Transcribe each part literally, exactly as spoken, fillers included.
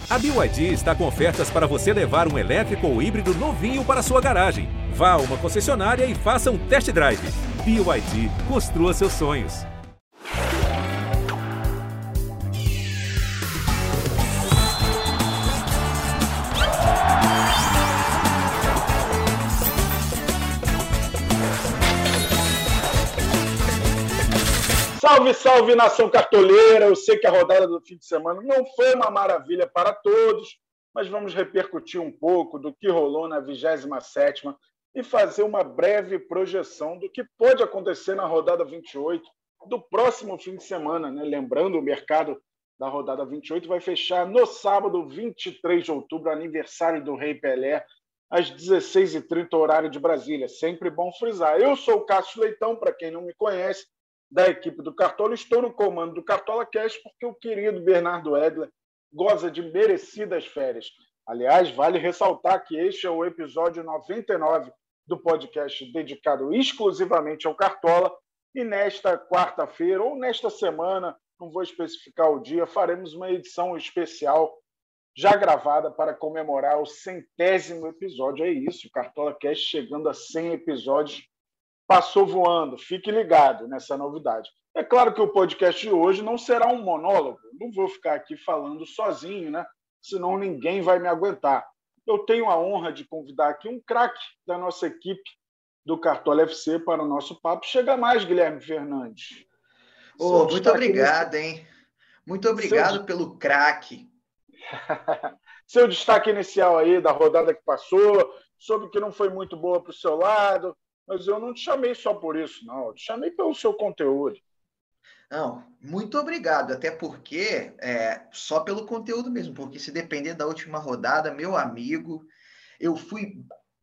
A B Y D está com ofertas para você levar um elétrico ou híbrido novinho para sua garagem. Vá a uma concessionária e faça um test drive. B Y D, construa seus sonhos. Salve, salve, nação cartoleira! Eu sei que a rodada do fim de semana não foi uma maravilha para todos, mas vamos repercutir um pouco do que rolou na vigésima sétima e fazer uma breve projeção do que pode acontecer na rodada vinte e oito do próximo fim de semana, né? Lembrando, o mercado da rodada vinte e oito vai fechar no sábado, vinte e três de outubro, aniversário do Rei Pelé, às dezesseis e trinta, horário de Brasília. Sempre bom frisar. Eu sou o Cássio Leitão, para quem não me conhece, da equipe do Cartola. Estou no comando do Cartola Cash porque o querido Bernardo Edler goza de merecidas férias. Aliás, vale ressaltar que este é o episódio noventa e nove do podcast dedicado exclusivamente ao Cartola, e nesta quarta-feira ou nesta semana, não vou especificar o dia, faremos uma edição especial já gravada para comemorar o centésimo episódio. É isso, o Cartola Cash chegando a cem episódios. Passou voando, fique ligado nessa novidade. É claro que o podcast de hoje não será um monólogo, não vou ficar aqui falando sozinho, né? Senão ninguém vai me aguentar. Eu tenho a honra de convidar aqui um craque da nossa equipe do Cartola F C para o nosso papo. Chega mais, Guilherme Fernandes. Oh, muito obrigado, nesse... hein? Muito obrigado Seu... pelo craque. Seu destaque inicial aí da rodada que passou, soube que não foi muito boa para o seu lado, mas eu não te chamei só por isso, não. Eu te chamei pelo seu conteúdo. Não, muito obrigado. Até porque, é, só pelo conteúdo mesmo, porque se depender da última rodada, meu amigo, eu fui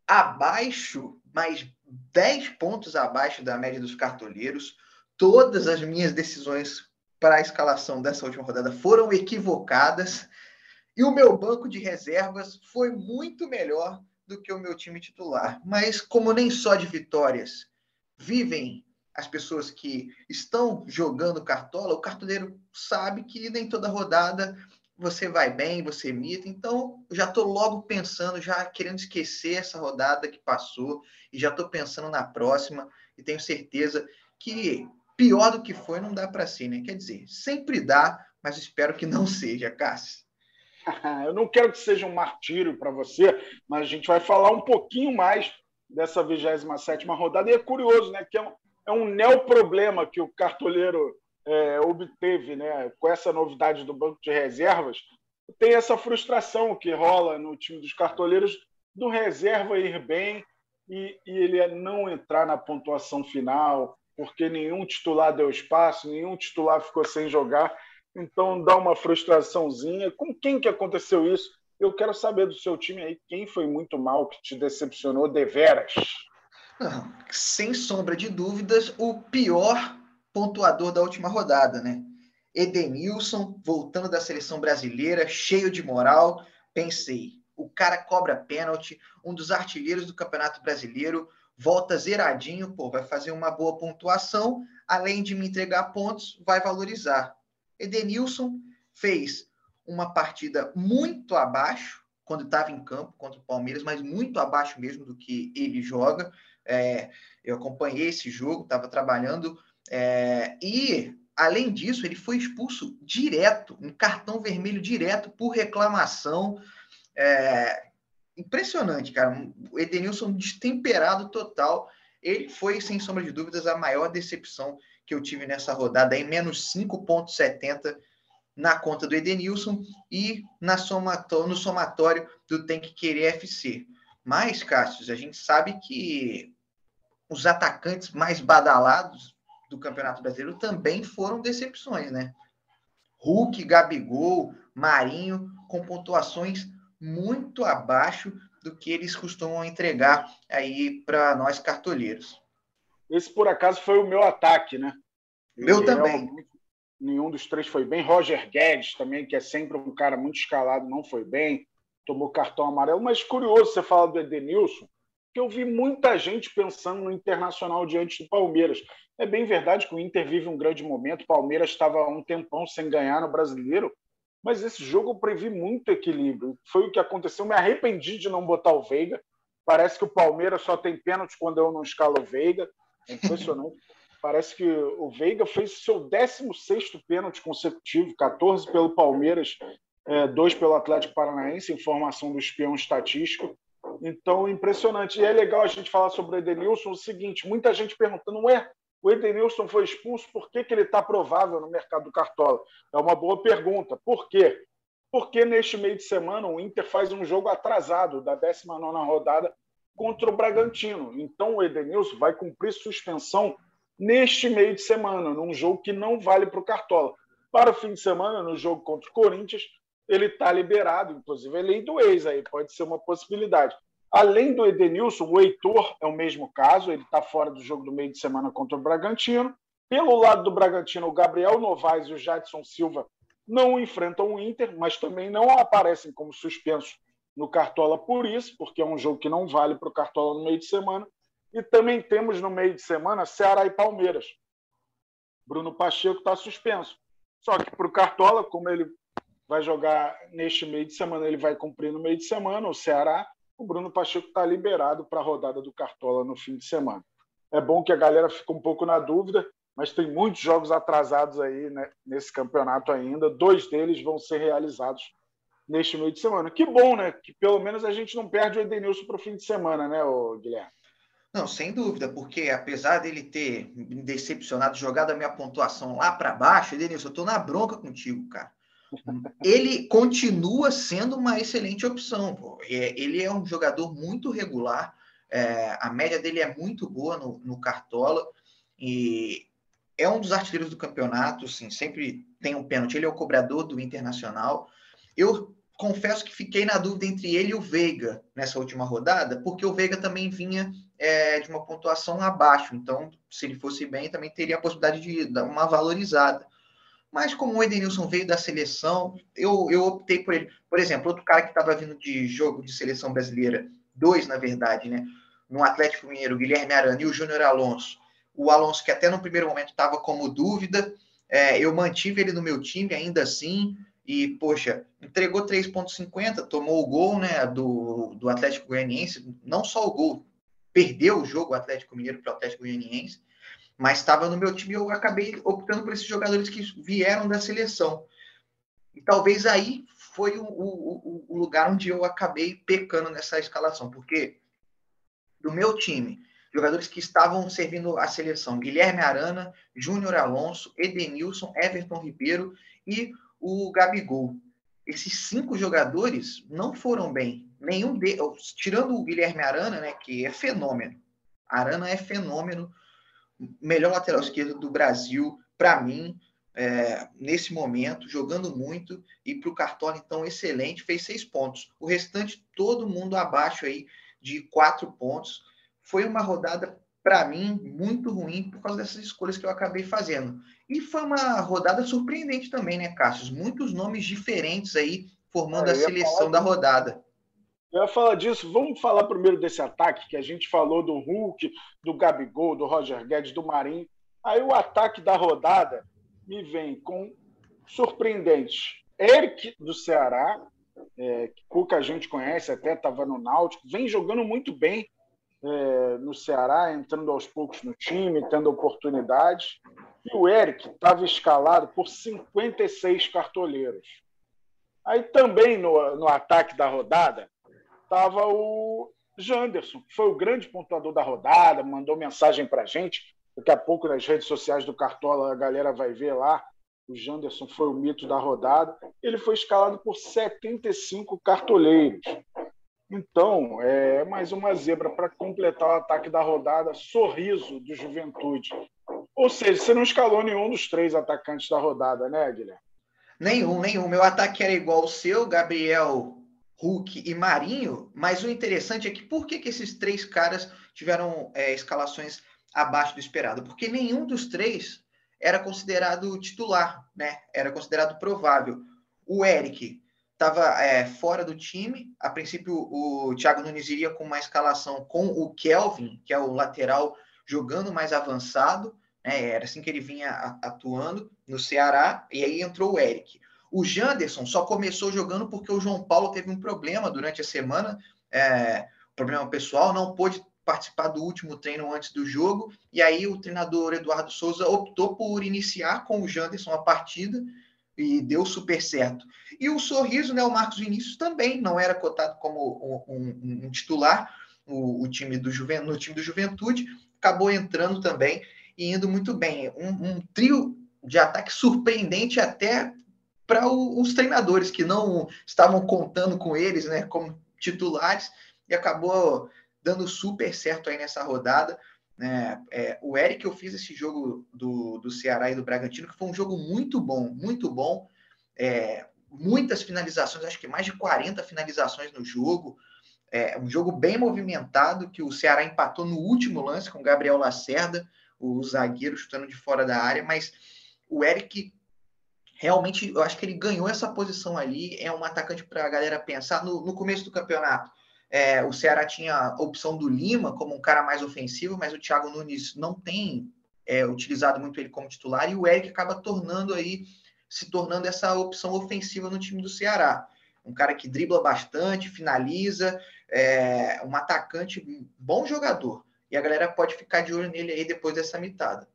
abaixo, mais dez pontos abaixo da média dos cartoleiros. Todas as minhas decisões para a escalação dessa última rodada foram equivocadas. E o meu banco de reservas foi muito melhor do que o meu time titular. Mas como nem só de vitórias vivem as pessoas que estão jogando cartola, o cartoleiro sabe que nem toda rodada você vai bem, você imita. Então, eu já estou logo pensando, já querendo esquecer essa rodada que passou e já estou pensando na próxima e tenho certeza que pior do que foi não dá para ser, né? Quer dizer, sempre dá, mas espero que não seja, Cássio. Eu não quero que seja um martírio para você, mas a gente vai falar um pouquinho mais dessa vigésima sétima rodada. E é curioso, né, que é um, é um neoproblema que o cartoleiro é, obteve, né, com essa novidade do banco de reservas. Tem essa frustração que rola no time dos cartoleiros do reserva ir bem e, e ele não entrar na pontuação final, porque nenhum titular deu espaço, nenhum titular ficou sem jogar. Então dá uma frustraçãozinha. Com quem que aconteceu isso? Eu quero saber do seu time aí, quem foi muito mal, que te decepcionou deveras? Não, sem sombra de dúvidas, o pior pontuador da última rodada, né? Edenilson, voltando da seleção brasileira, cheio de moral. Pensei, o cara cobra pênalti, um dos artilheiros do Campeonato Brasileiro, volta zeradinho, pô, vai fazer uma boa pontuação, além de me entregar pontos, vai valorizar. Edenilson fez uma partida muito abaixo quando estava em campo contra o Palmeiras, mas muito abaixo mesmo do que ele joga. É, eu acompanhei esse jogo, estava trabalhando, é, e, além disso, ele foi expulso direto, um cartão vermelho direto por reclamação. É, impressionante, cara. O Edenilson destemperado total. Ele foi, sem sombra de dúvidas, a maior decepção que eu tive nessa rodada, em menos cinco vírgula setenta na conta do Edenilson e na somatório, no somatório do Tem Que Querer F C. Mas, Cássio, a gente sabe que os atacantes mais badalados do Campeonato Brasileiro também foram decepções, né? Hulk, Gabigol, Marinho, com pontuações muito abaixo do que eles costumam entregar aí para nós cartoleiros. Esse, por acaso, foi o meu ataque, né? Meu e também. Nenhum dos três foi bem. Roger Guedes também, que é sempre um cara muito escalado, não foi bem. Tomou cartão amarelo. Mas curioso você falar do Edenilson, que eu vi muita gente pensando no Internacional diante do Palmeiras. É bem verdade que o Inter vive um grande momento. O Palmeiras estava há um tempão sem ganhar no Brasileiro. mas esse jogo eu previ muito equilíbrio. Foi o que aconteceu. Me arrependi de não botar o Veiga. Parece que o Palmeiras só tem pênalti quando eu não escalo o Veiga. É impressionante. Parece que o Veiga fez seu décimo sexto pênalti consecutivo, quatorze pelo Palmeiras, é, dois pelo Atlético Paranaense, informação do espião estatístico. Então, impressionante. E é legal a gente falar sobre o Edenilson o seguinte, muita gente perguntando, ué, o Edenilson foi expulso, por que, que ele está provável no mercado do Cartola? É uma boa pergunta. Por quê? Porque neste meio de semana o Inter faz um jogo atrasado da décima nona rodada contra o Bragantino. Então o Edenilson vai cumprir suspensão neste meio de semana, num jogo que não vale para o Cartola. Para o fim de semana, no jogo contra o Corinthians, ele está liberado, inclusive é lei do ex aí, pode ser uma possibilidade. Além do Edenilson, o Heitor é o mesmo caso, ele está fora do jogo do meio de semana contra o Bragantino. Pelo lado do Bragantino, o Gabriel Novaes e o Jadson Silva não enfrentam o Inter, mas também não aparecem como suspensos no Cartola por isso, porque é um jogo que não vale para o Cartola no meio de semana. E também temos no meio de semana Ceará e Palmeiras. Bruno Pacheco está suspenso. Só que para o Cartola, como ele vai jogar neste meio de semana, ele vai cumprir no meio de semana, o Ceará, o Bruno Pacheco está liberado para a rodada do Cartola no fim de semana. É bom que a galera fique um pouco na dúvida, mas tem muitos jogos atrasados aí, né, nesse campeonato ainda. Dois deles vão ser realizados neste meio de semana. Que bom, né? Que pelo menos a gente não perde o Edenilson para o fim de semana, né, ô Guilherme? Não, sem dúvida, porque apesar dele ter me decepcionado, jogado a minha pontuação lá para baixo, Edenilson, eu estou na bronca contigo, cara. Ele continua sendo uma excelente opção. Pô. Ele é um jogador muito regular, é, a média dele é muito boa no, no Cartola, e é um dos artilheiros do campeonato, assim, sempre tem um pênalti. Ele é o cobrador do Internacional. Eu confesso que fiquei na dúvida entre ele e o Veiga nessa última rodada, porque o Veiga também vinha é, de uma pontuação abaixo, então se ele fosse bem também teria a possibilidade de dar uma valorizada. Mas como o Edenilson veio da seleção, eu, eu optei por ele. Por exemplo, outro cara que estava vindo de jogo de seleção brasileira, dois na verdade, né? No Atlético Mineiro, o Guilherme Arana e o Júnior Alonso. O Alonso, que até no primeiro momento estava como dúvida, é, eu mantive ele no meu time ainda assim, e, poxa, entregou três ponto cinquenta, tomou o gol, né, do, do Atlético Goianiense, não só o gol, perdeu o jogo o Atlético Mineiro para o Atlético Goianiense, mas estava no meu time e eu acabei optando por esses jogadores que vieram da seleção. E talvez aí foi o, o, o lugar onde eu acabei pecando nessa escalação, porque do meu time, jogadores que estavam servindo a seleção, Guilherme Arana, Júnior Alonso, Edenilson, Everton Ribeiro e o Gabigol. Esses cinco jogadores não foram bem. Nenhum deles, tirando o Guilherme Arana, né, que é fenômeno. Arana é fenômeno, melhor lateral esquerdo do Brasil, para mim, é, nesse momento, jogando muito, e para o Cartola, então, excelente, fez seis pontos. O restante, todo mundo abaixo aí de quatro pontos. Foi uma rodada, para mim, muito ruim por causa dessas escolhas que eu acabei fazendo. E foi uma rodada surpreendente também, né, Cássio? Muitos nomes diferentes aí formando é, a seleção da rodada. Eu ia falar disso. Vamos falar primeiro desse ataque, que a gente falou do Hulk, do Gabigol, do Roger Guedes, do Marinho. Aí o ataque da rodada me vem com surpreendentes. Eric, do Ceará, é, que pouca gente conhece, até estava no Náutico, vem jogando muito bem é, no Ceará, entrando aos poucos no time, tendo oportunidades. E o Eric estava escalado por cinquenta e seis cartoleiros. Aí também no, no ataque da rodada estava o Janderson, que foi o grande pontuador da rodada, mandou mensagem para a gente. Daqui a pouco nas redes sociais do Cartola a galera vai ver lá. O Janderson foi o mito da rodada. Ele foi escalado por setenta e cinco cartoleiros. Então, é mais uma zebra para completar o ataque da rodada. Sorriso do Juventude. Ou seja, você não escalou nenhum dos três atacantes da rodada, né, Guilherme? Nenhum, nenhum. Meu ataque era igual ao seu, Gabriel, Hulk e Marinho, mas o interessante é que por que, que esses três caras tiveram é, escalações abaixo do esperado? Porque nenhum dos três era considerado titular, né? Era considerado provável. O Eric estava é, fora do time. A princípio, o Thiago Nunes iria com uma escalação com o Kelvin, que é o lateral, jogando mais avançado. Né? Era assim que ele vinha atuando no Ceará. E aí entrou o Eric. O Janderson só começou jogando porque o João Paulo teve um problema durante a semana, é, problema pessoal, não pôde participar do último treino antes do jogo, e aí o treinador Eduardo Souza optou por iniciar com o Janderson a partida, e deu super certo. E o Sorriso, né, o Marcos Vinícius também não era cotado como um, um, um titular, o, o time do Juven, no time do Juventude, acabou entrando também e indo muito bem. Um, um trio de ataque surpreendente até para os treinadores que não estavam contando com eles, né, como titulares, e acabou dando super certo aí nessa rodada. É, é, o Eric, eu fiz esse jogo do, do Ceará e do Bragantino, que foi um jogo muito bom, muito bom. É, muitas finalizações, acho que mais de quarenta finalizações no jogo. É um jogo bem movimentado, que o Ceará empatou no último lance com o Gabriel Lacerda, o zagueiro chutando de fora da área, mas o Eric realmente, eu acho que ele ganhou essa posição ali, é um atacante para a galera pensar. No, no começo do campeonato, é, o Ceará tinha a opção do Lima como um cara mais ofensivo, mas o Thiago Nunes não tem é, utilizado muito ele como titular, e o Eric acaba tornando aí, se tornando essa opção ofensiva no time do Ceará. Um cara que dribla bastante, finaliza, é, um atacante, um bom jogador. E a galera pode ficar de olho nele aí depois dessa mitada.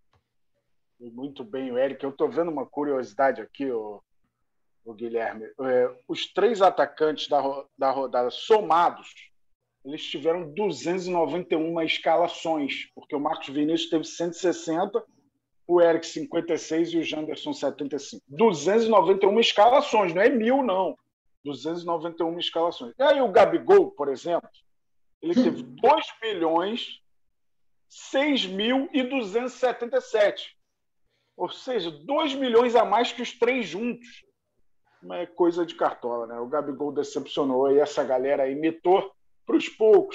Muito bem, o Eric. Eu estou vendo uma curiosidade aqui, o, o Guilherme. É, os três atacantes da, da rodada somados, eles tiveram duzentas e noventa e uma escalações, porque o Marcos Vinícius teve cento e sessenta, o Eric cinquenta e seis e o Janderson setenta e cinco. duzentas e noventa e uma escalações, não é mil, não. duzentas e noventa e uma escalações. E aí o Gabigol, por exemplo, ele teve dois milhões seis mil e duzentos e setenta e sete. Ou seja, dois milhões a mais que os três juntos. É coisa de cartola, né? O Gabigol decepcionou e essa galera imitou para os poucos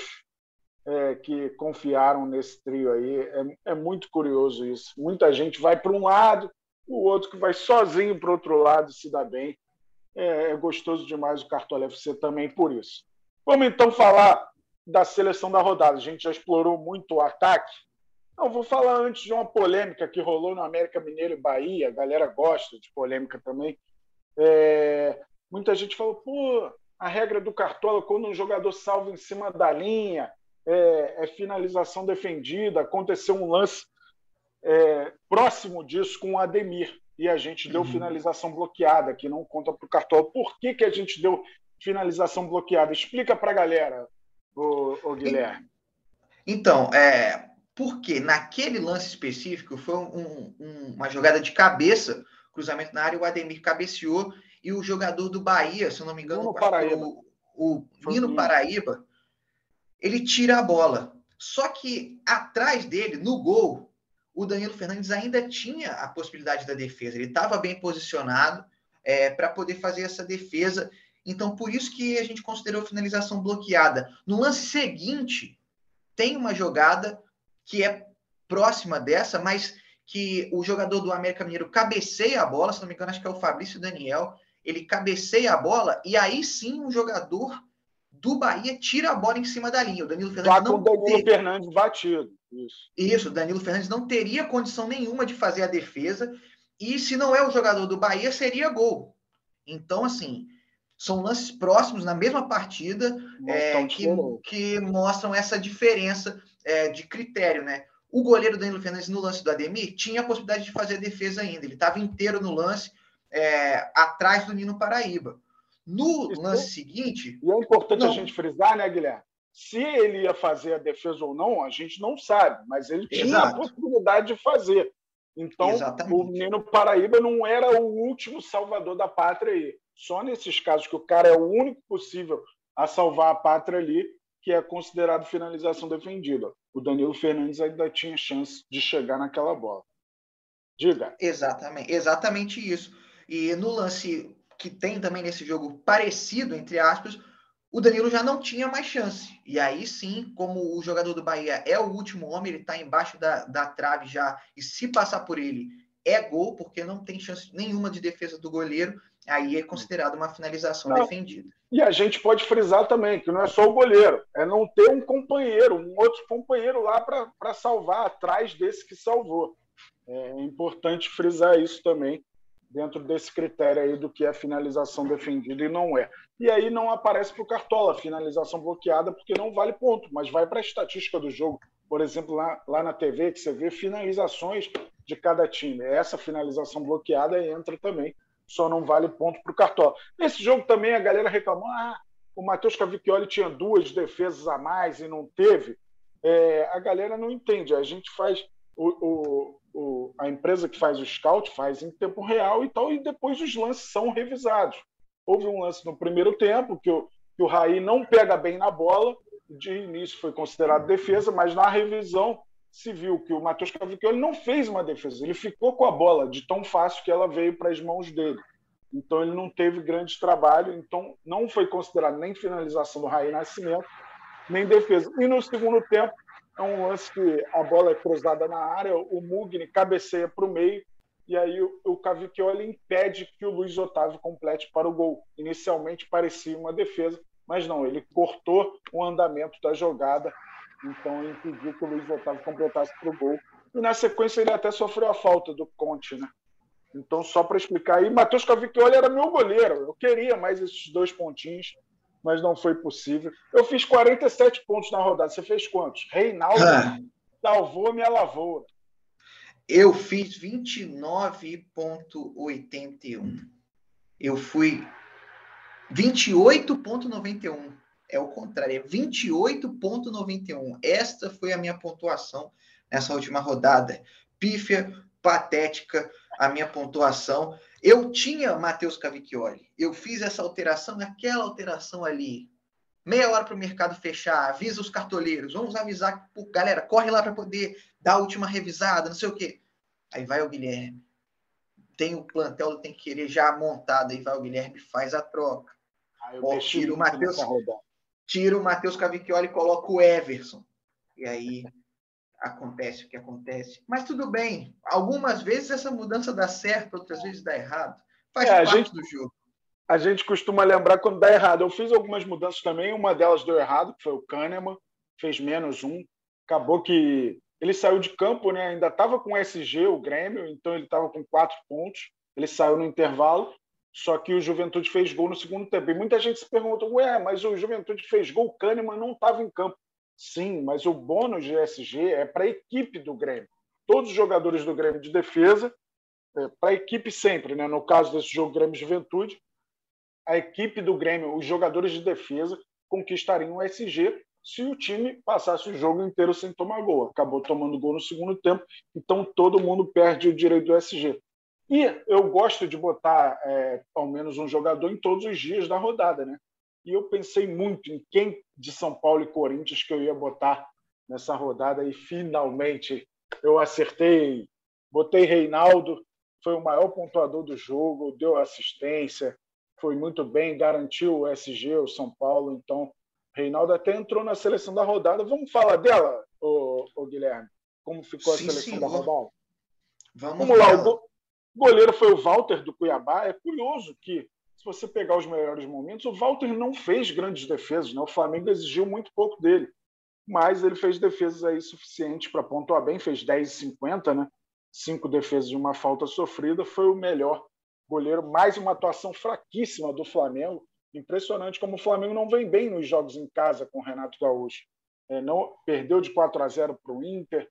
é, que confiaram nesse trio aí. É, é muito curioso isso. Muita gente vai para um lado, o outro que vai sozinho para o outro lado se dá bem. É, é gostoso demais o Cartola F C também por isso. Vamos então falar da seleção da rodada. A gente já explorou muito o ataque. Não, vou falar antes de uma polêmica que rolou no América Mineiro e Bahia. A galera gosta de polêmica também. É, muita gente falou, pô, a regra do Cartola, quando um jogador salva em cima da linha, é, é finalização defendida. Aconteceu um lance é, próximo disso com o Ademir, e a gente deu uhum. finalização bloqueada, que não conta para o Cartola. Por que, que a gente deu finalização bloqueada? Explica para a galera, ô, ô Guilherme. Então, é... porque naquele lance específico foi um, um, uma jogada de cabeça, cruzamento na área, o Ademir cabeceou e o jogador do Bahia, se eu não me engano, Nino Paraíba. o, o Nino Paraíba, ele tira a bola. Só que atrás dele, no gol, o Danilo Fernandes ainda tinha a possibilidade da defesa. Ele estava bem posicionado é, para poder fazer essa defesa. Então, por isso que a gente considerou finalização bloqueada. No lance seguinte, tem uma jogada que é próxima dessa, mas que o jogador do América Mineiro cabeceia a bola, se não me engano, acho que é o Fabrício Daniel, ele cabeceia a bola, e aí sim o jogador do Bahia tira a bola em cima da linha. O Danilo Fernandes Já não com o Danilo ter... Fernandes batido. Isso. Isso, o Danilo Fernandes não teria condição nenhuma de fazer a defesa, e se não é o jogador do Bahia, seria gol. Então, assim, são lances próximos na mesma partida é, que, que mostram essa diferença é, de critério, né? O goleiro Danilo Fernandes no lance do Ademir tinha a possibilidade de fazer a defesa ainda. Ele estava inteiro no lance, é, atrás do Nino Paraíba. No Isso. lance seguinte... E é importante não... a gente frisar, né, Guilherme? Se ele ia fazer a defesa ou não, a gente não sabe, mas ele tinha Exato. a possibilidade de fazer. Então, Exatamente. o Nino Paraíba não era o último salvador da pátria aí. Só nesses casos que o cara é o único possível a salvar a pátria ali, que é considerado finalização defendida. O Danilo Fernandes ainda tinha chance de chegar naquela bola. Diga. Exatamente, exatamente isso. E no lance que tem também nesse jogo parecido, entre aspas, o Danilo já não tinha mais chance. E aí sim, como o jogador do Bahia é o último homem, ele está embaixo da, da trave já, e se passar por ele, é gol, porque não tem chance nenhuma de defesa do goleiro, aí é considerado uma finalização não. defendida. E a gente pode frisar também que não é só o goleiro, é não ter um companheiro, um outro companheiro lá para salvar atrás desse que salvou. É importante frisar isso também, dentro desse critério aí do que é finalização defendida e não é. E aí não aparece para o Cartola finalização bloqueada, porque não vale ponto, mas vai para a estatística do jogo. Por exemplo, lá, lá na T V, que você vê finalizações de cada time. Essa finalização bloqueada entra também, só não vale ponto para o Cartola. Nesse jogo também a galera reclamou, ah, o Matheus Cavicchioli tinha duas defesas a mais e não teve. É, a galera não entende. A gente faz... O, o, o, a empresa que faz o scout faz em tempo real e tal, e depois os lances são revisados. Houve um lance no primeiro tempo que o, que o Raí não pega bem na bola, de início foi considerado defesa, mas na revisão se viu que o Matheus Cavicchioli não fez uma defesa, ele ficou com a bola de tão fácil que ela veio para as mãos dele. Então ele não teve grande trabalho, então não foi considerado nem finalização do Raí Nascimento, nem defesa. E no segundo tempo, é um lance que a bola é cruzada na área, o Mugni cabeceia para o meio, e aí o, o Cavicchioli impede que o Luiz Otávio complete para o gol. Inicialmente parecia uma defesa, mas não, ele cortou o andamento da jogada, então impediu que o Luiz Otávio completasse para o gol. E na sequência ele até sofreu a falta do Conte, né? Então, só para explicar aí, Matheus Cavicchioli era meu goleiro, eu queria mais esses dois pontinhos, mas não foi possível. Eu fiz quarenta e sete pontos na rodada. Você fez quantos? Reinaldo ah. salvou minha lavoura. Eu fiz vinte e nove vírgula oitenta e um. Eu fui vinte e oito vírgula noventa e um. É o contrário, é vinte e oito vírgula noventa e um. Esta foi a minha pontuação nessa última rodada. Pífia, patética, a minha pontuação. Eu tinha Matheus Cavicchioli. Eu fiz essa alteração, aquela alteração ali. Meia hora para o mercado fechar. Avisa os cartoleiros. Vamos avisar. Pô, galera, corre lá para poder dar a última revisada, não sei o quê. Aí vai o Guilherme. Tem o plantel do Tem Que Querer já montado. Aí vai o Guilherme, faz a troca. Ah, Ó, tira o Matheus, tira o Matheus Cavicchioli e coloca o Everson. E aí... acontece o que acontece. Mas tudo bem. Algumas vezes essa mudança dá certo, outras vezes dá errado. Faz é, parte gente, do jogo. A gente costuma lembrar quando dá errado. Eu fiz algumas mudanças também. Uma delas deu errado, que foi o Kahneman. Fez menos um. Acabou que ele saiu de campo, né? Ainda estava com o S G, o Grêmio. Então ele estava com quatro pontos. Ele saiu no intervalo. Só que o Juventude fez gol no segundo tempo. E muita gente se pergunta, ué, mas o Juventude fez gol, o Kahneman não estava em campo. Sim, mas o bônus de S G é para a equipe do Grêmio. Todos os jogadores do Grêmio de defesa, é, para a equipe sempre, né? No caso desse jogo Grêmio Juventude, a equipe do Grêmio, os jogadores de defesa, conquistariam o S G se o time passasse o jogo inteiro sem tomar gol. Acabou tomando gol no segundo tempo, então todo mundo perde o direito do S G. E eu gosto de botar é, ao menos um jogador em todos os dias da rodada, né? E eu pensei muito em quem de São Paulo e Corinthians que eu ia botar nessa rodada e finalmente eu acertei. Botei Reinaldo, foi o maior pontuador do jogo, deu assistência, foi muito bem, garantiu o S G, o São Paulo. Então, Reinaldo até entrou na seleção da rodada. Vamos falar dela, ô, ô Guilherme? Como ficou Sim, a seleção sim, da vamos. rodada? Vamos, Vamos lá, o goleiro foi o Walter do Cuiabá. É curioso que se você pegar os melhores momentos, o Walter não fez grandes defesas, né? O Flamengo exigiu muito pouco dele, mas ele fez defesas aí suficientes para pontuar bem, fez dez e cinquenta, né? Cinco defesas e uma falta sofrida, foi o melhor goleiro, mais uma atuação fraquíssima do Flamengo. Impressionante como o Flamengo não vem bem nos jogos em casa com o Renato Gaúcho. É, não, perdeu de quatro a zero para o Inter,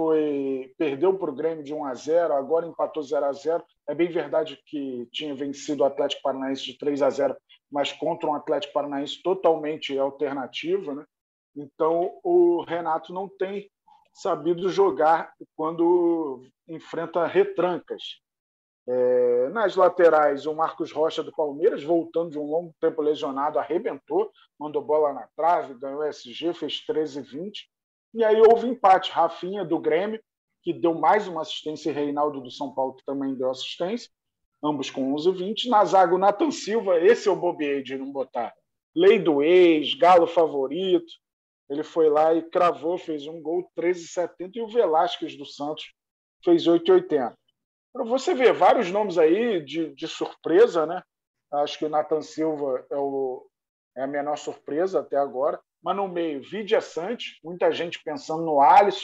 foi, perdeu para o Grêmio de um a zero, agora empatou zero a zero. É bem verdade que tinha vencido o Atlético Paranaense de três a zero, mas contra um Atlético Paranaense totalmente alternativo, né? Então, o Renato não tem sabido jogar quando enfrenta retrancas. É, nas laterais, o Marcos Rocha do Palmeiras, voltando de um longo tempo lesionado, arrebentou, mandou bola na trave, ganhou S G, fez treze a vinte. E aí houve empate. Rafinha do Grêmio, que deu mais uma assistência, e Reinaldo do São Paulo, que também deu assistência, ambos com onze a vinte. Na zaga, o Nathan Silva, esse eu bobeei de não botar. Lei do ex, Galo favorito. Ele foi lá e cravou, fez um gol, treze a setenta, e o Velasquez do Santos fez oito a oitenta. Para você ver vários nomes aí de, de surpresa, né? Acho que o Nathan Silva é, o, é a menor surpresa até agora. Mas no meio, Vidia Sante, muita gente pensando no Alisson,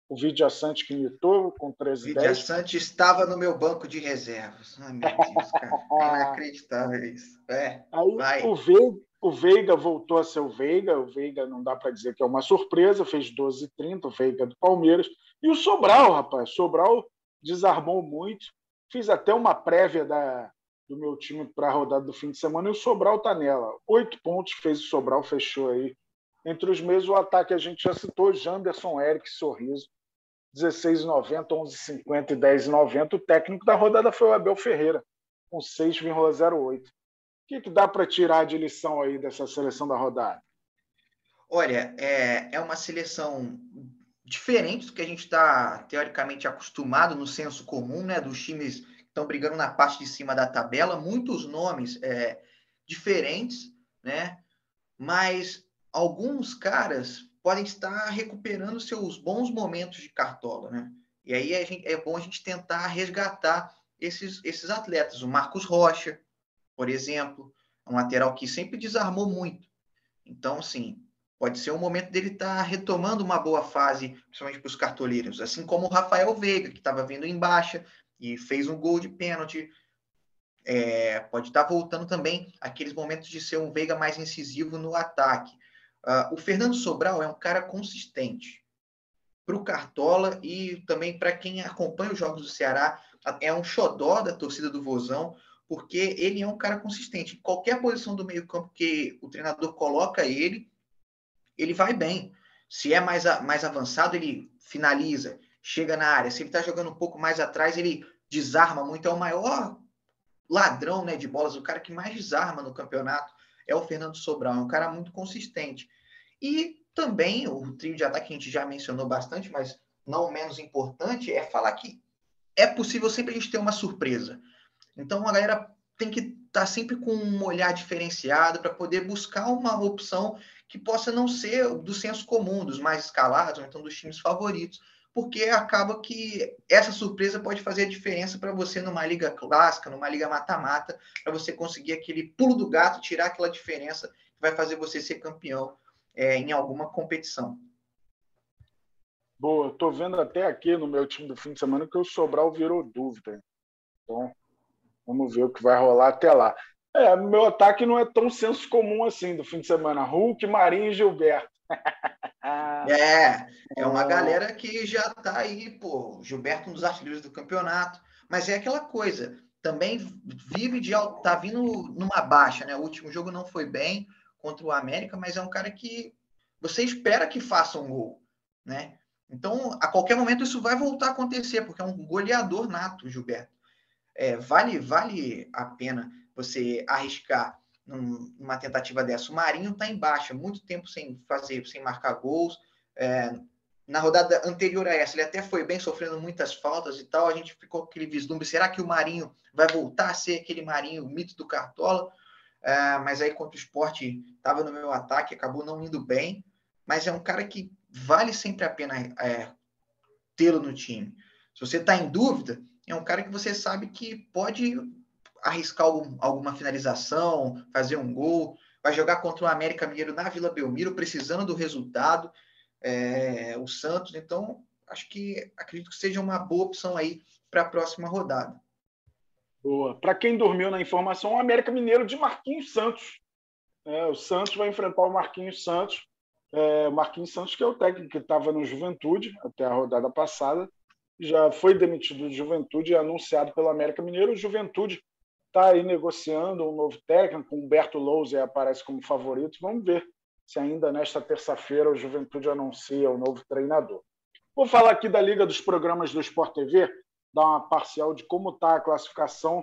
o Vidia Sante que imitou com treze Vidia dez. Sante estava no meu banco de reservas. Ai, meu Deus, cara. É inacreditável isso. É, Aí vai. o Veiga, o Veiga voltou a ser o Veiga. O Veiga não dá para dizer que é uma surpresa, fez doze e trinta, o Veiga do Palmeiras. E o Sobral, rapaz, Sobral desarmou muito. Fiz até uma prévia da, do meu time para a rodada do fim de semana e o Sobral está nela. Oito pontos fez o Sobral, fechou aí. Entre os meses, o ataque a gente já citou, Janderson, Eric, Sorriso, dezesseis e noventa, onze e cinquenta e dez e noventa. O técnico da rodada foi o Abel Ferreira, com seis vírgula zero oito. O que, que dá para tirar de lição aí dessa seleção da rodada? Olha, é, é uma seleção diferente do que a gente está teoricamente acostumado no senso comum, né? Dos times que estão brigando na parte de cima da tabela, muitos nomes é, diferentes, né? Mas alguns caras podem estar recuperando seus bons momentos de cartola, né? E aí a gente, é bom a gente tentar resgatar esses, esses atletas. O Marcos Rocha, por exemplo, um lateral que sempre desarmou muito. Então, assim, pode ser um momento dele estar retomando uma boa fase, principalmente para os cartoleiros. Assim como o Rafael Veiga, que estava vindo em baixa e fez um gol de pênalti. É, pode estar voltando também aqueles momentos de ser um Veiga mais incisivo no ataque. Uh, o Fernando Sobral é um cara consistente para o Cartola e também para quem acompanha os jogos do Ceará. É um xodó da torcida do Vozão, porque ele é um cara consistente. Em qualquer posição do meio campo que o treinador coloca ele, ele vai bem. Se é mais, a, mais avançado, ele finaliza, chega na área. Se ele está jogando um pouco mais atrás, ele desarma muito. É o maior ladrão, né, de bolas, o cara que mais desarma no campeonato é o Fernando Sobral, é um cara muito consistente. E também o trio de ataque que a gente já mencionou bastante, mas não menos importante, é falar que é possível sempre a gente ter uma surpresa. Então a galera tem que estar tá sempre com um olhar diferenciado para poder buscar uma opção que possa não ser do senso comum, dos mais escalados, ou então dos times favoritos, porque acaba que essa surpresa pode fazer a diferença para você numa liga clássica, numa liga mata-mata, para você conseguir aquele pulo do gato, tirar aquela diferença que vai fazer você ser campeão é, em alguma competição. Boa, estou vendo até aqui no meu time do fim de semana que o Sobral virou dúvida. Então, vamos ver o que vai rolar até lá. É, meu ataque não é tão senso comum assim do fim de semana. Hulk, Marinho e Gilberto. É, é uma galera que já tá aí, pô, Gilberto um dos artilheiros do campeonato, mas é aquela coisa, também vive de tá vindo numa baixa, né? O último jogo não foi bem contra o América, mas é um cara que você espera que faça um gol, né? Então, a qualquer momento isso vai voltar a acontecer, porque é um goleador nato, Gilberto. É, vale, vale a pena você arriscar numa tentativa dessa. O Marinho está em baixa, muito tempo sem fazer, sem marcar gols. É, na rodada anterior a essa, ele até foi bem, sofrendo muitas faltas e tal. A gente ficou com aquele vislumbre. Será que o Marinho vai voltar a ser aquele Marinho, o mito do Cartola? É, mas aí, contra o Sport, estava no meu ataque, acabou não indo bem. Mas é um cara que vale sempre a pena é, tê-lo no time. Se você está em dúvida, é um cara que você sabe que pode arriscar algum, alguma finalização, fazer um gol, vai jogar contra o América Mineiro na Vila Belmiro, precisando do resultado, é, o Santos. Então, acho que acredito que seja uma boa opção aí para a próxima rodada. Boa. Para quem dormiu na informação, o América Mineiro de Marquinhos Santos. É, o Santos vai enfrentar o Marquinhos Santos. É, o Marquinhos Santos, que é o técnico que estava no Juventude até a rodada passada, já foi demitido de Juventude e anunciado pelo América Mineiro. O Juventude está aí negociando um novo técnico, o Humberto Louser aparece como favorito. Vamos ver se ainda nesta terça-feira o Juventude anuncia o novo treinador. Vou falar aqui da Liga dos Programas do Sport T V, dar uma parcial de como está a classificação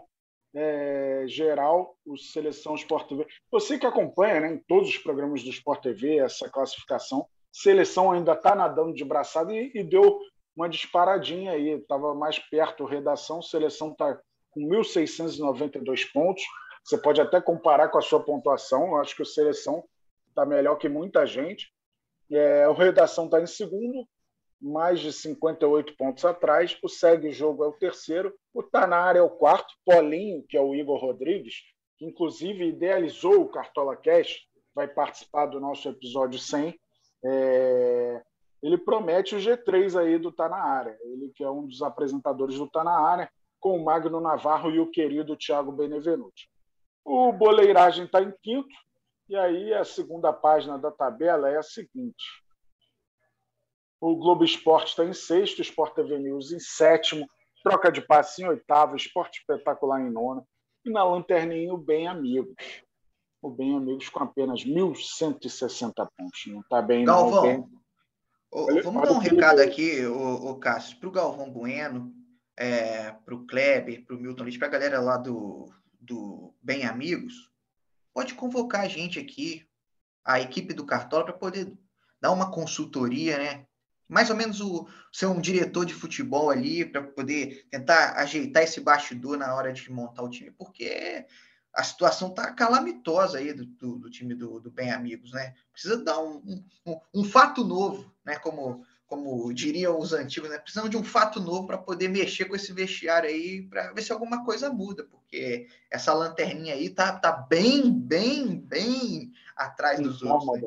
é, geral, o Seleção Sport T V. Você que acompanha, né, em todos os programas do Sport T V essa classificação, Seleção ainda está nadando de braçada e, e deu uma disparadinha aí, estava mais perto, redação, Seleção está com mil seiscentos e noventa e dois pontos, você pode até comparar com a sua pontuação, eu acho que o Seleção está melhor que muita gente, é, o Redação está em segundo, mais de cinquenta e oito pontos atrás, o Segue o Jogo é o terceiro, o Tá na Área é o quarto, Paulinho, que é o Igor Rodrigues, que inclusive idealizou o Cartola Cash, vai participar do nosso episódio cem, é... ele promete o G três aí do Tá Na Área. Ele que é um dos apresentadores do Tá Na Área, com o Magno Navarro e o querido Thiago Benevenuti. O Boleiragem está em quinto, e aí a segunda página da tabela é a seguinte. O Globo Esporte está em sexto, o Sport T V News em sétimo, Troca de Passe em oitavo, Esporte Espetacular em nono, e na lanterninha o Bem Amigos. O Bem Amigos com apenas mil cento e sessenta pontos. Não está bem, Galvão, não. Bem... ô, Olha, vamos olha dar um o que recado ele... aqui, ô, ô Cássio, para o Galvão Bueno, é, para o Kleber, para o Milton Leite, para a galera lá do, do Bem Amigos. Pode convocar a gente aqui, a equipe do Cartola, para poder dar uma consultoria, né? Mais ou menos o ser um diretor de futebol ali, para poder tentar ajeitar esse bastidor na hora de montar o time, porque a situação tá calamitosa aí do, do, do time do, do Bem Amigos, né? Precisa dar um, um, um fato novo, né? Como, como diriam os antigos, né? Precisamos de um fato novo para poder mexer com esse vestiário aí, para ver se alguma coisa muda, porque essa lanterninha aí tá, tá bem, bem, bem atrás dos outros, né?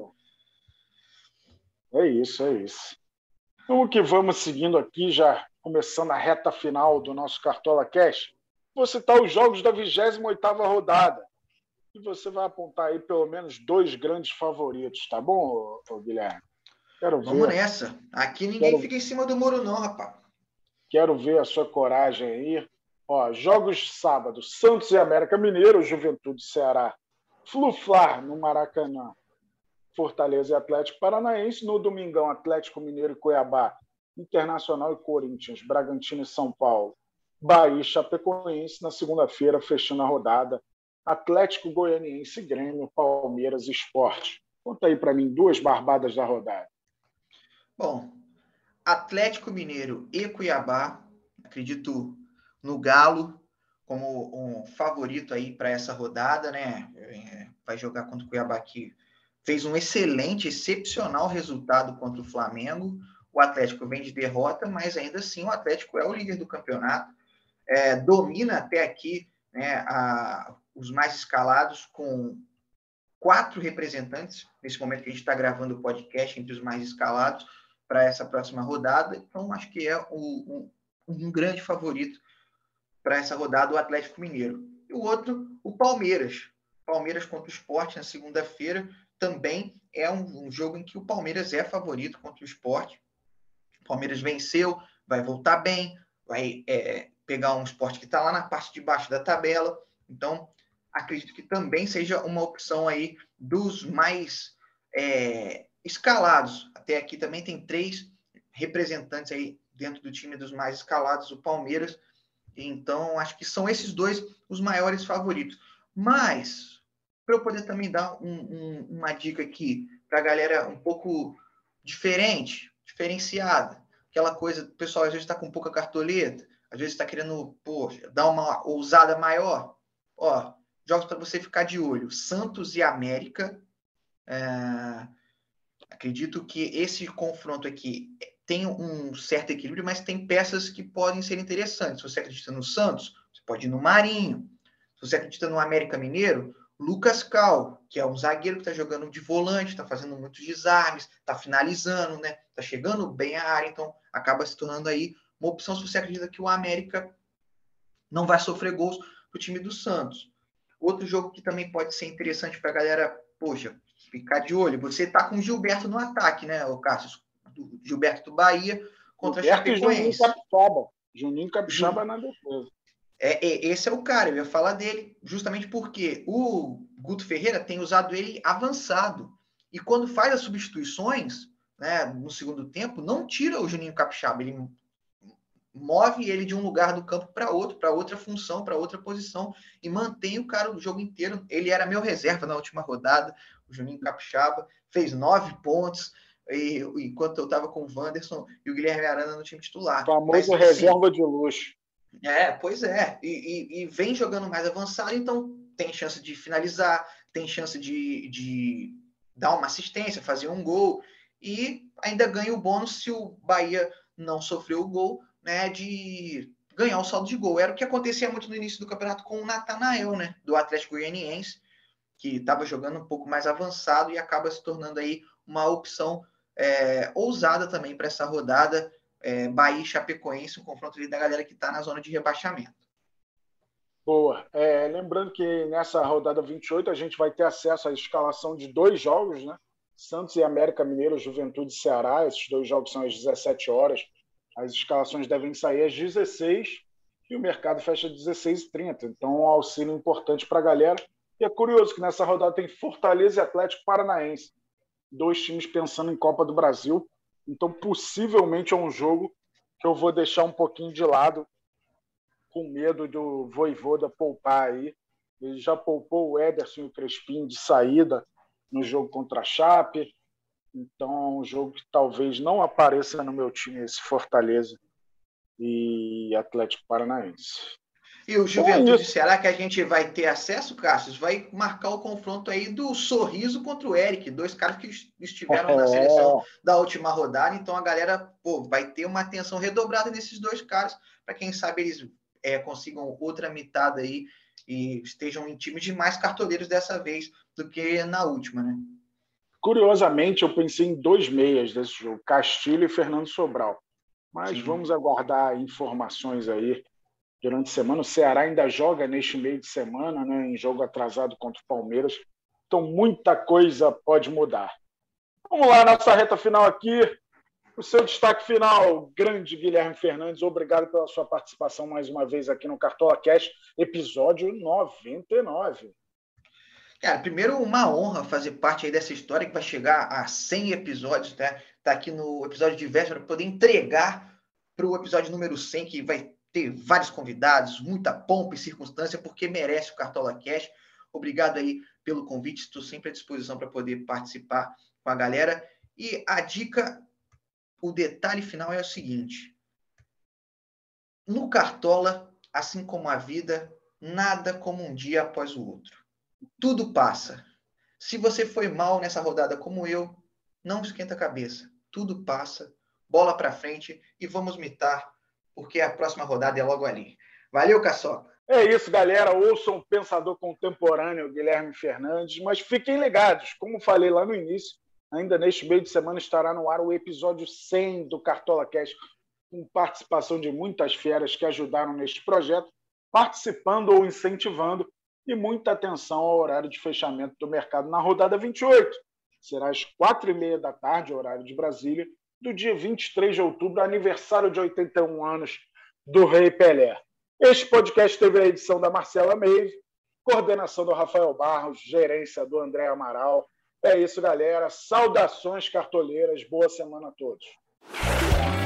É isso, é isso. Então, que vamos seguindo aqui, já começando a reta final do nosso Cartola Cash. Vou citar os jogos da vigésima oitava rodada. E você vai apontar aí pelo menos dois grandes favoritos, tá bom, ô, ô, Guilherme? Quero Vamos ver. nessa. Aqui ninguém Quero... fica em cima do muro, não, rapaz. Quero ver a sua coragem aí. Ó, jogos sábado: Santos e América Mineiro, Juventude e Ceará, Flu-Fla no Maracanã, Fortaleza e Atlético Paranaense. No domingão, Atlético Mineiro e Cuiabá, Internacional e Corinthians, Bragantino e São Paulo, Bahia e Chapecoense. Na segunda-feira, fechando a rodada, Atlético Goianiense e Grêmio, Palmeiras e Sport. Conta aí para mim duas barbadas da rodada. Bom, Atlético Mineiro e Cuiabá, acredito no Galo como um favorito aí para essa rodada, né? Vai jogar contra o Cuiabá, que fez um excelente, excepcional resultado contra o Flamengo. O Atlético vem de derrota, mas ainda assim o Atlético é o líder do campeonato. É, domina até aqui, né, a, os mais escalados, com quatro representantes, nesse momento que a gente está gravando o podcast, entre os mais escalados para essa próxima rodada. Então, acho que é um, um, um grande favorito para essa rodada, o Atlético Mineiro. E o outro, o Palmeiras. Palmeiras contra o Sport na segunda-feira, também é um, um jogo em que o Palmeiras é favorito contra o Sport. O Palmeiras venceu, vai voltar bem, vai é, pegar um Sport que está lá na parte de baixo da tabela. Então, acredito que também seja uma opção aí dos mais é, escalados. Até aqui também tem três representantes aí dentro do time dos mais escalados, o Palmeiras. Então, acho que são esses dois os maiores favoritos. Mas, para eu poder também dar um, um, uma dica aqui para a galera um pouco diferente, diferenciada, aquela coisa, o pessoal às vezes está com pouca cartoleta, às vezes está querendo, poxa, dar uma ousada maior. Ó, jogos para você ficar de olho: Santos e América. É, acredito que esse confronto aqui tem um certo equilíbrio, mas tem peças que podem ser interessantes. Se você acredita no Santos, você pode ir no Marinho. Se você acredita no América Mineiro, Lucas Cal, que é um zagueiro que está jogando de volante, está fazendo muitos desarmes, está finalizando, né? Está chegando bem à área, então acaba se tornando aí uma opção se você acredita que o América não vai sofrer gols para o time do Santos. Outro jogo que também pode ser interessante para a galera, poxa, ficar de olho. Você está com o Gilberto no ataque, né, o Cássio? Do Gilberto do Bahia contra Gilberto a Chapecoense. E Juninho Capixaba. Juninho Capixaba Jun... na defesa. É, é, esse é o cara, eu ia falar dele justamente porque o Guto Ferreira tem usado ele avançado. E quando faz as substituições, né, no segundo tempo, não tira o Juninho Capixaba, ele move ele de um lugar do campo para outro, para outra função, para outra posição, e mantém o cara o jogo inteiro. Ele era meu reserva na última rodada, o Juninho Capixaba, fez nove pontos, e, enquanto eu estava com o Wanderson e o Guilherme Arana no time titular. O famoso Mas, reserva sim, de luxo. É, pois é, e, e, e vem jogando mais avançado, então tem chance de finalizar, tem chance de, de dar uma assistência, fazer um gol, e ainda ganha o bônus se o Bahia não sofreu o gol, né, de ganhar o saldo de gol. Era o que acontecia muito no início do campeonato com o Natanael, né, do Atlético Goianiense, que estava jogando um pouco mais avançado e acaba se tornando aí uma opção é, ousada também para essa rodada. É, Bahia e Chapecoense, um confronto ali da galera que está na zona de rebaixamento. Boa. É, lembrando que nessa rodada vinte e oito a gente vai ter acesso à escalação de dois jogos, né? Santos e América Mineiro, Juventude e Ceará. Esses dois jogos são às dezessete horas. As escalações devem sair às dezesseis e o mercado fecha às dezesseis e trinta. Então, um auxílio importante para a galera. E é curioso que nessa rodada tem Fortaleza e Atlético Paranaense. Dois times pensando em Copa do Brasil. Então, possivelmente é um jogo que eu vou deixar um pouquinho de lado, com medo do Vojvoda poupar aí. Ele já poupou o Ederson e o Crespim de saída no jogo contra a Chape. Então, é um jogo que talvez não apareça no meu time, esse Fortaleza e Atlético Paranaense. E o Juventude e Ceará, que a gente vai ter acesso, Cássio, vai marcar o confronto aí do Sorriso contra o Eric, dois caras que estiveram é. na seleção da última rodada. Então, a galera pô, vai ter uma atenção redobrada nesses dois caras, para quem sabe eles é, consigam outra mitada aí e estejam em times de mais cartoleiros dessa vez do que na última, né? Curiosamente, eu pensei em dois meias desse jogo, Castilho e Fernando Sobral. Mas Sim. vamos aguardar informações aí durante a semana. O Ceará ainda joga neste meio de semana, né, em jogo atrasado contra o Palmeiras. Então, muita coisa pode mudar. Vamos lá, nossa reta final aqui. O seu destaque final, grande Guilherme Fernandes. Obrigado pela sua participação mais uma vez aqui no Cartola Cash, episódio noventa e nove. Cara, primeiro, uma honra fazer parte aí dessa história que vai chegar a cem episódios, né? Tá aqui no episódio de véspera para poder entregar para o episódio número cem, que vai ter vários convidados, muita pompa e circunstância, porque merece o Cartola Cash. Obrigado aí pelo convite, estou sempre à disposição para poder participar com a galera. E a dica, o detalhe final é o seguinte: no Cartola, assim como a vida, nada como um dia após o outro. Tudo passa. Se você foi mal nessa rodada como eu, não esquenta a cabeça. Tudo passa, bola para frente e vamos mitar, porque a próxima rodada é logo ali. Valeu, Caçoca! É isso, galera. Ouçam o pensador contemporâneo Guilherme Fernandes, mas fiquem ligados. Como falei lá no início, ainda neste meio de semana estará no ar o episódio cem do Cartola Cash, com participação de muitas feras que ajudaram neste projeto, participando ou incentivando, e muita atenção ao horário de fechamento do mercado na rodada vinte e oito. Será às quatro e meia da tarde, horário de Brasília, do dia vinte e três de outubro, aniversário de oitenta e um anos do Rei Pelé. Este podcast teve a edição da Marcela Meive, coordenação do Rafael Barros, gerência do André Amaral. É isso, galera. Saudações cartoleiras. Boa semana a todos.